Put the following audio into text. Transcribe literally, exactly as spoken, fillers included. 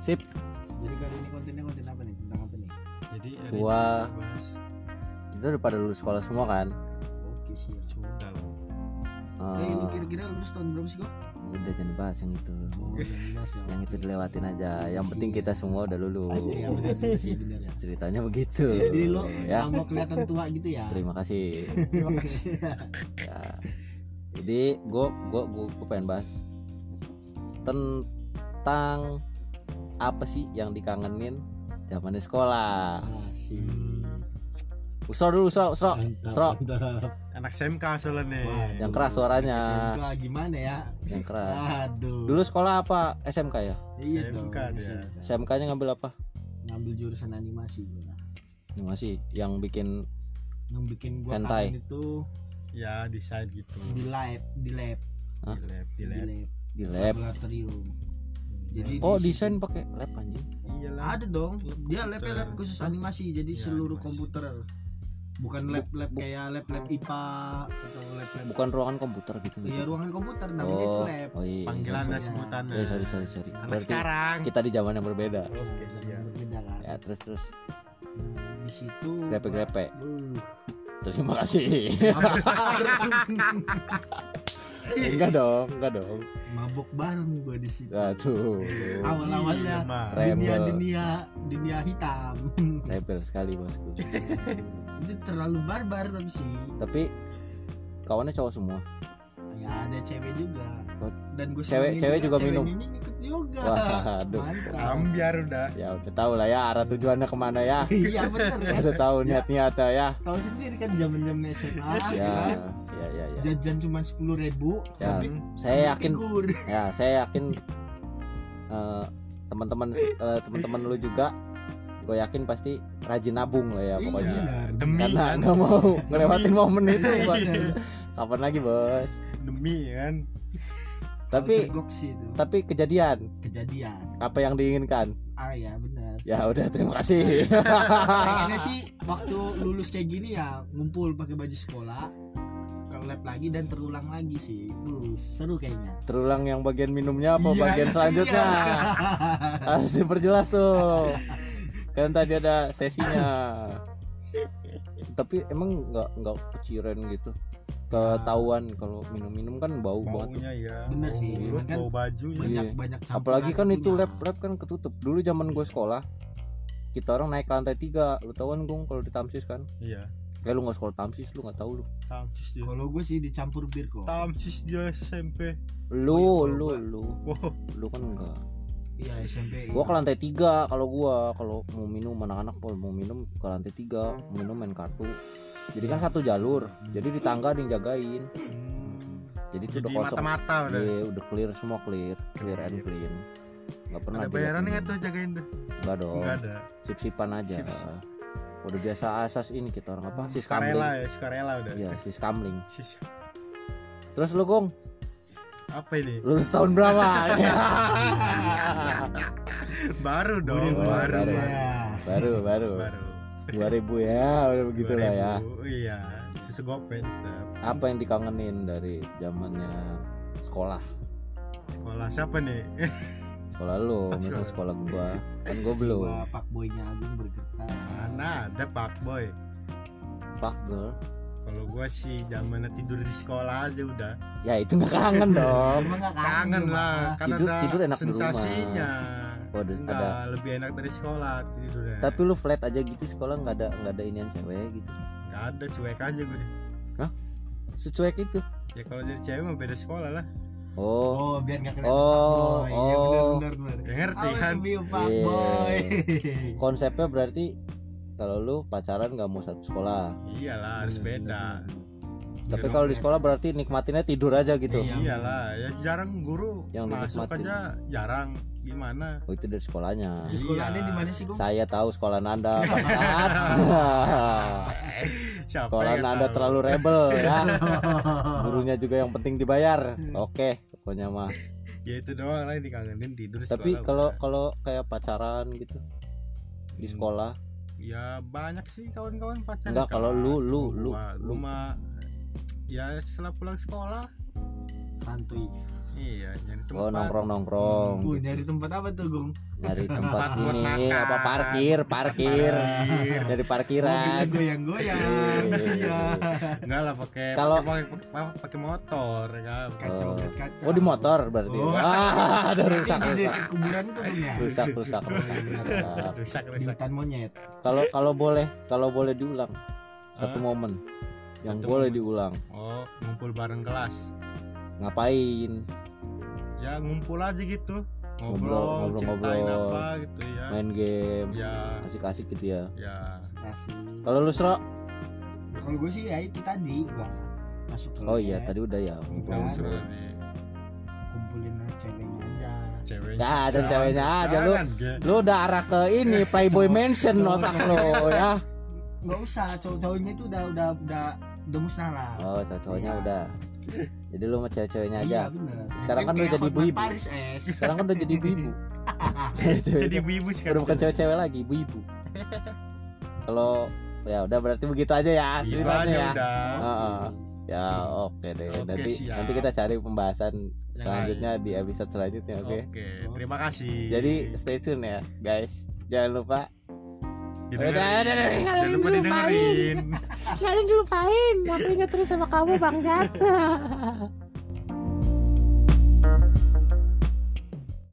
Sip. Jadi kali ini kontennya konten apa nih? Tentang apa nih? Jadi Gua itu udah pada lulus sekolah semua kan? Oke sih. sudah lah. Uh, Eh lu kira-kira lulus tahun berapa sih kok? udah jangan bahas yang itu. Oh, yang jelas ya. Yang itu dilewatin aja. Yang penting Siap. kita semua udah lulus. Iya benar sih benar ya. Ceritanya begitu. Jadi lo ya. yang mau kelihatan tua gitu ya. Terima kasih. Terima kasih. Ya. Jadi gue gue gue pengen bahas tentang apa sih yang dikangenin zamannya sekolah. Asik. Usro dulu, usro, usro, usro. Anak S M K soalnya nih. Wah, Yang keras suaranya. S M K gimana ya? Yang keras. Aduh. Dulu sekolah apa? S M K ya? Iya S M K dong. dia. S M K-nya ngambil apa? Ngambil jurusan animasi gua. Animasi yang bikin Yang bikin gua Hentai. kangen itu Ya desain gitu. di lab, di lab, Hah? Di lab, di di lab. lab, di lab. laboratorium. Jadi Oh, di desain pakai lab anjing. Iyalah. ada dong. Dia lab Komputer. lab khusus animasi. Jadi Iya, seluruh animasi. komputer. Bukan lab lab kayak lab lab I P A atau lab lab. Bukan ruangan komputer gitu. Iya ruangan komputer namanya itu Oh, lab. oh iya. Panggilannya Iya. sebutannya. Eh, sorry, sorry, sorry. Anak Berarti sekarang. kita di zaman yang berbeda. Oke, siap. Berbeda kan. Ya, terus terus. Nah, di situ Grepe-grepe. Uh, Terima kasih. enggak dong, enggak dong. mabok bareng gua di situ. Aduh. Awal-awalnya Iya, mah. dunia Rebel. dunia dunia hitam. Rebel sekali bosku. Itu terlalu barbar tapi sih. Tapi kawannya cowok semua. Ya ada cewek juga. Oh, Dan gue cewek- cewek juga minum? Ini ikut juga. Waduh. Mantap. Ambiar udah. Ya udah tahu lah ya arah tujuannya kemana ya. Iya bener kan. Udah tahu niat-niatnya ya. Tahu sendiri kan zaman-zaman S M A. Ya, kan? ya, ya, ya. Jajan cuma sepuluh ribu. Ya, tapi saya yakin figur. ya, saya yakin eh, teman-teman eh, teman-teman lu juga gue yakin pasti rajin nabung lah ya Iya, pokoknya. benar. Demi Karena kan. nggak mau ngelewatin momen itu, Iya, Bang. benar. Kapan lagi, Bos? Demi kan. Tapi Outer box itu tapi kejadian kejadian. apa yang diinginkan? Ah ya benar. Ya udah, terima kasih. Pengennya sih waktu lulus kayak gini ya ngumpul pakai baju sekolah ke lab lagi dan terulang lagi sih. Uh, seru kayaknya. Terulang yang bagian minumnya apa Iya, bagian iya. selanjutnya? Harus diperjelas tuh. Kan tadi ada sesinya. Tapi emang nggak nggak keciren gitu. Ketahuan kalau minum-minum kan bau banget. Baunya ya. Bener bau sih, mulut, kan bau baju ya. Banyak Iya. banyak campuran Apalagi kan itu punya. lab lab kan ketutup. Dulu zaman gue sekolah, kita orang naik ke lantai tiga. Lu tahu kan Gung kalau di Tamsis kan? Iya. Eh lu nggak sekolah Tamsis, lu nggak tahu lu. Tamsis dia. Kalau gue sih dicampur bir kok. Tamsis dia S M P. Lu Oh, iya, lu kalau lu Wow. lu kan enggak. Iya S M P. Gua ke lantai tiga kalau gua kalau mau minum anak-anak kalau mau minum ke lantai tiga mau minum main kartu. Jadi kan satu jalur. Jadi di tangga ada yang jagain. Jadi itu Jadi udah kosong. mata-mata udah. Iya, udah clear semua clear, clear and clean. Enggak pernah Ada dilihat bayaran minum. nggak tuh jagain tuh? Enggak dong. Enggak ada. Sip-sipan aja. Sip-sip. Udah biasa asas ini kita orang apa? Sis Sukarela kamling. ya, sukarela udah. Iya, sis kamling. Sis- Terus lu Gong, Apa ini? lulus tahun berapa? Ya. Baru dong, Oh, baru. baru. Ya. baru, baru. Baru. dua ribu ya, udah begitulah ya. dua ribu, Iya, segope tetap. Apa yang dikangenin dari zamannya sekolah? Sekolah siapa nih? Sekolah lu, misal sekolah gua, kan gua belum. Jiwa Pak Boynya Agung bergetar. Mana ada Pak Boy. Fuck girl. Kalau gua sih zamannya tidur di sekolah aja udah. Ya itu nggak kangen dong. Emang nggak Kangen lu, lah, Pak? kan Tidur- ada tidur enak di rumah. sensasinya. Oh, ada- Enggak, ada. lebih enak dari sekolah tidurnya. Tapi lu flat aja gitu sekolah nggak ada nggak ada inian cewek gitu. Enggak ada, cuek aja gue deh. Secuek itu. Ya kalau jadi cewek mah beda sekolah lah. Oh, Oh, biar nggak kelihatan Oh, Pak Boy. Iya oh. benar benar benar. Ya ngerti Apa kan? itu view Pak Iya. Boy? konsepnya berarti kalau lu pacaran nggak mau satu sekolah. Iyalah, harus beda. Tapi kalau di sekolah berarti nikmatinnya tidur aja gitu. Iya. Iyalah, ya jarang guru Yang masuk dinikmatin. aja jarang. Gimana? Oh itu dari sekolahnya. Terus sekolahnya Iya. di mana sih, Gung? Saya tahu sekolah Anda, Bangsat. Siapa Sekolah yang Anda tahu? terlalu rebel ya. Gurunya juga yang penting dibayar. Oke, pokoknya mah. Ya itu doang lah yang dikangenin tidur Tapi sekolah kalau udah. kalau kayak pacaran gitu di Hmm. sekolah, Ya banyak sih kawan-kawan pacaran. Enggak, kalau lu- lu- lu- gua, lu. gua mah ya setelah pulang sekolah Santuy. Iya, nyari tempat. Oh nongkrong nongkrong. Uh, nyari tempat apa tuh, Gong? Nyari tempat Tempat buat ini makan. apa parkir parkir. Dari parkiran. Mobilnya goyang-goyang. Iya. Enggak lah pakai Kalau- pakai pakai- pakai motor ya kan. Kacau Oh. kaca. Oh di motor berarti. Oh. Ah, ada Berarti rusak di rusak. dekat kuburan tuh Gong ya. Rusak rusak rusak. rusak. Rusak Di rusak. hutan monyet. Kalau kalau boleh kalau boleh diulang satu Hah? momen yang Satu boleh momen. diulang Oh, ngumpul bareng kelas. ngapain? Ya ngumpul aja gitu. Ngobrol, Ngobrol, ngobrol, ceritain ngobrol. apa gitu ya. Main game Ya, asik-asik gitu ya. ya. Kasih. Kalau lu Sro? Ya, kalau gue sih ya itu tadi gua masuk ke Oh iya lab, tadi udah ya. Udah. Bagus tadi. kumpulin ceweknya aja. Ceweknya. Ya, dan ceweknya aja, lu. Jangan, Ge. Lu udah arah ke ini Playboy Mansion otak lo ya. Nggak usah, cowok-cowoknya itu udah udah udah udah musnah lah. Oh cowok-cowoknya Iya. udah. Jadi lu sama cewek-ceweknya aja. Iya bener. Sekarang kan Kayak udah jadi Hotman ibu-ibu. Paris es. Sekarang kan udah jadi ibu-ibu. Jadi ibu Udah sekarang. bukan cewek-cewek lagi, ibu-ibu. Kalau ya udah berarti begitu aja ya Gitu ceritanya aja ya. udah. Heeh. Ya oke deh. Oke, nanti siap. nanti kita cari pembahasan Yang selanjutnya di episode selanjutnya, oke. Oke, terima kasih. Jadi stay tune ya, guys. Jangan lupa Didengerin. Udah, udah, udah, Jangan lupa didengerin. Jangan lupain, aku ingat terus sama kamu Bang Jat.